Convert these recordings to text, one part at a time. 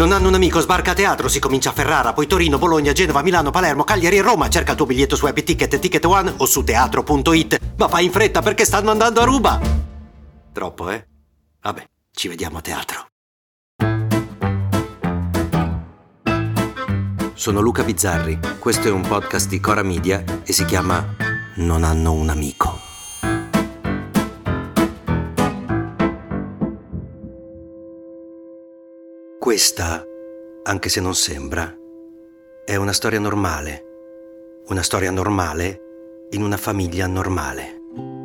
Non hanno un amico, sbarca a teatro, si comincia a Ferrara, poi Torino, Bologna, Genova, Milano, Palermo, Cagliari e Roma. Cerca il tuo biglietto su Happy Ticket, Ticket One o su teatro.it. Ma fai in fretta perché stanno andando a ruba. Troppo, eh? Vabbè, ci vediamo a teatro. Sono Luca Bizzarri, questo è un podcast di Cora Media e si chiama Non hanno un amico. Questa, anche se non sembra, è una storia normale. Una storia normale in una famiglia normale.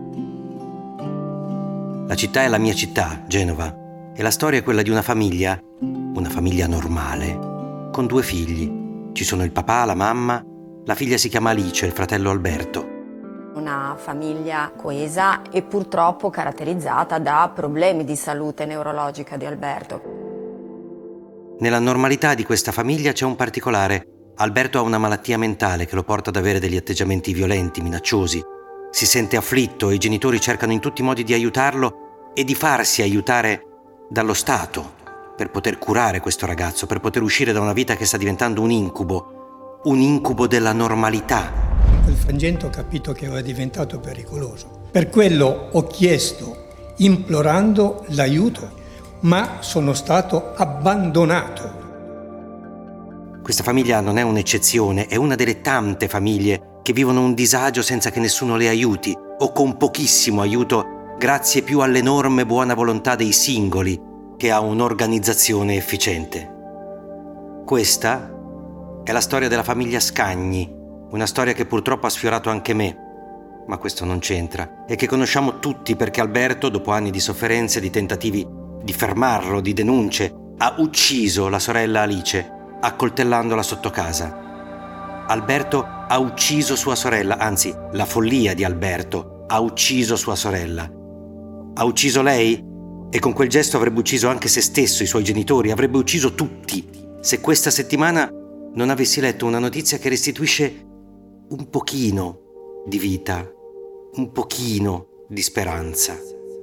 La città è la mia città, Genova, e la storia è quella di una famiglia normale, con 2 figli. Ci sono il papà, la mamma, la figlia si chiama Alice, il fratello Alberto. Una famiglia coesa e purtroppo caratterizzata da problemi di salute neurologica di Alberto. Nella normalità di questa famiglia c'è un particolare. Alberto ha una malattia mentale che lo porta ad avere degli atteggiamenti violenti, minacciosi. Si sente afflitto e i genitori cercano in tutti i modi di aiutarlo e di farsi aiutare dallo Stato per poter curare questo ragazzo, per poter uscire da una vita che sta diventando un incubo della normalità. In quel frangente ho capito che era diventato pericoloso. Per quello ho chiesto, implorando l'aiuto, ma sono stato abbandonato. Questa famiglia non è un'eccezione, è una delle tante famiglie che vivono un disagio senza che nessuno le aiuti o con pochissimo aiuto, grazie più all'enorme buona volontà dei singoli che a un'organizzazione efficiente. Questa è la storia della famiglia Scagni, una storia che purtroppo ha sfiorato anche me, ma questo non c'entra, e che conosciamo tutti perché Alberto, dopo anni di sofferenze, di tentativi di fermarlo, di denunce, ha ucciso la sorella Alice, accoltellandola sotto casa. Alberto ha ucciso sua sorella, anzi, la follia di Alberto ha ucciso sua sorella. Ha ucciso lei e con quel gesto avrebbe ucciso anche se stesso, i suoi genitori, avrebbe ucciso tutti, se questa settimana non avessi letto una notizia che restituisce un pochino di vita, un pochino di speranza.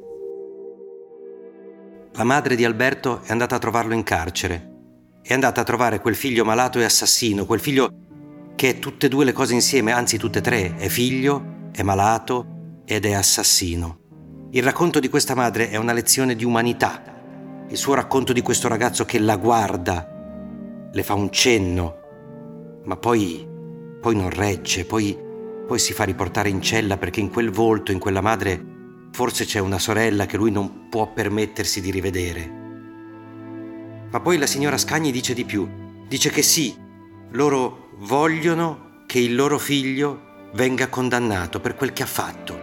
La madre di Alberto è andata a trovarlo in carcere. È andata a trovare quel figlio malato e assassino, quel figlio che è tutte e 2 le cose insieme, anzi tutte e 3. È figlio, è malato ed è assassino. Il racconto di questa madre è una lezione di umanità. Il suo racconto di questo ragazzo che la guarda, le fa un cenno, ma poi non regge, poi si fa riportare in cella perché in quel volto, in quella madre, forse c'è una sorella che lui non può permettersi di rivedere. Ma poi la signora Scagni dice di più. Dice che sì, loro vogliono che il loro figlio venga condannato per quel che ha fatto,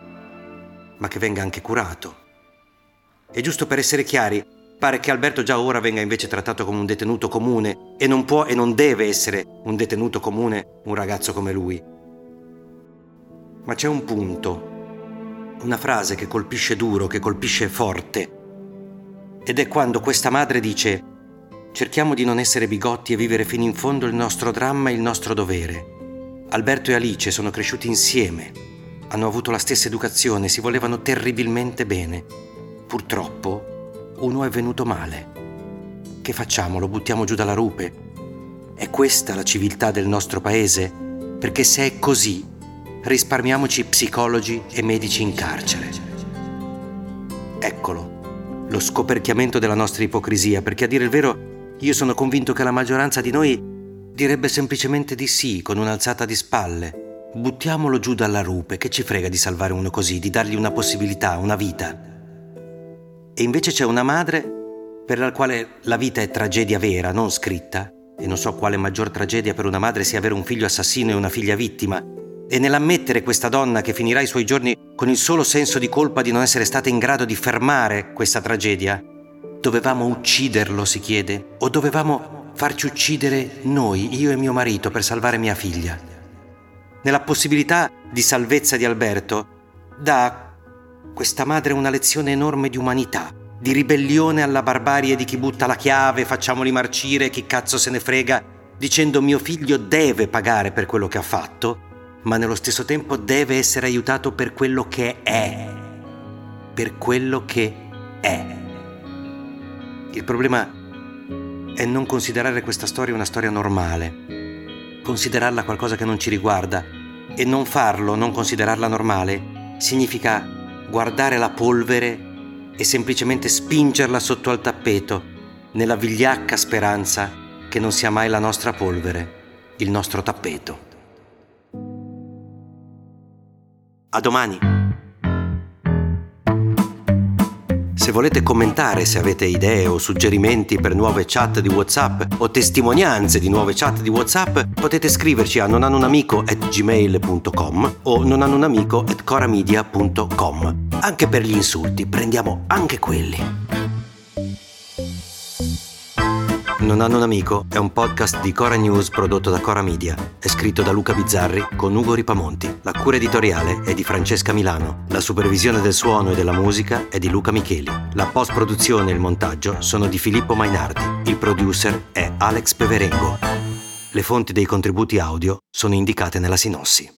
ma che venga anche curato. E giusto per essere chiari, pare che Alberto già ora venga invece trattato come un detenuto comune e non può e non deve essere un detenuto comune un ragazzo come lui. Ma c'è un punto, una frase che colpisce duro, che colpisce forte, ed è quando questa madre dice: cerchiamo di non essere bigotti e vivere fino in fondo il nostro dramma e il nostro dovere. Alberto e Alice sono cresciuti insieme, hanno avuto la stessa educazione, si volevano terribilmente bene. Purtroppo uno è venuto male. Che facciamo? Lo buttiamo giù dalla rupe? È questa la civiltà del nostro paese? Perché se è così, risparmiamoci psicologi e medici in carcere. Eccolo, lo scoperchiamento della nostra ipocrisia, perché a dire il vero io sono convinto che la maggioranza di noi direbbe semplicemente di sì, con un'alzata di spalle. Buttiamolo giù dalla rupe, che ci frega di salvare uno così, di dargli una possibilità, una vita. E invece c'è una madre per la quale la vita è tragedia vera, non scritta, e non so quale maggior tragedia per una madre sia avere un figlio assassino e una figlia vittima. E nell'ammettere questa donna che finirà i suoi giorni con il solo senso di colpa di non essere stata in grado di fermare questa tragedia, dovevamo ucciderlo, si chiede, o dovevamo farci uccidere noi, io e mio marito, per salvare mia figlia? Nella possibilità di salvezza di Alberto, dà questa madre una lezione enorme di umanità, di ribellione alla barbarie di chi butta la chiave, facciamoli marcire, chi cazzo se ne frega, dicendo mio figlio deve pagare per quello che ha fatto, ma nello stesso tempo deve essere aiutato per quello che è. Per quello che è. Il problema è non considerare questa storia una storia normale, considerarla qualcosa che non ci riguarda, e non farlo, non considerarla normale, significa guardare la polvere e semplicemente spingerla sotto al tappeto, nella vigliacca speranza che non sia mai la nostra polvere, il nostro tappeto. A domani! Se volete commentare, se avete idee o suggerimenti per nuove chat di WhatsApp o testimonianze di nuove chat di WhatsApp, potete scriverci a nonhanunamico@gmail.com o nonhanunamico@coramedia.com. Anche per gli insulti, prendiamo anche quelli. Non hanno un amico è un podcast di Cora News prodotto da Cora Media. È scritto da Luca Bizzarri con Ugo Ripamonti. La cura editoriale è di Francesca Milano. La supervisione del suono e della musica è di Luca Micheli. La post-produzione e il montaggio sono di Filippo Mainardi. Il producer è Alex Peverengo. Le fonti dei contributi audio sono indicate nella sinossi.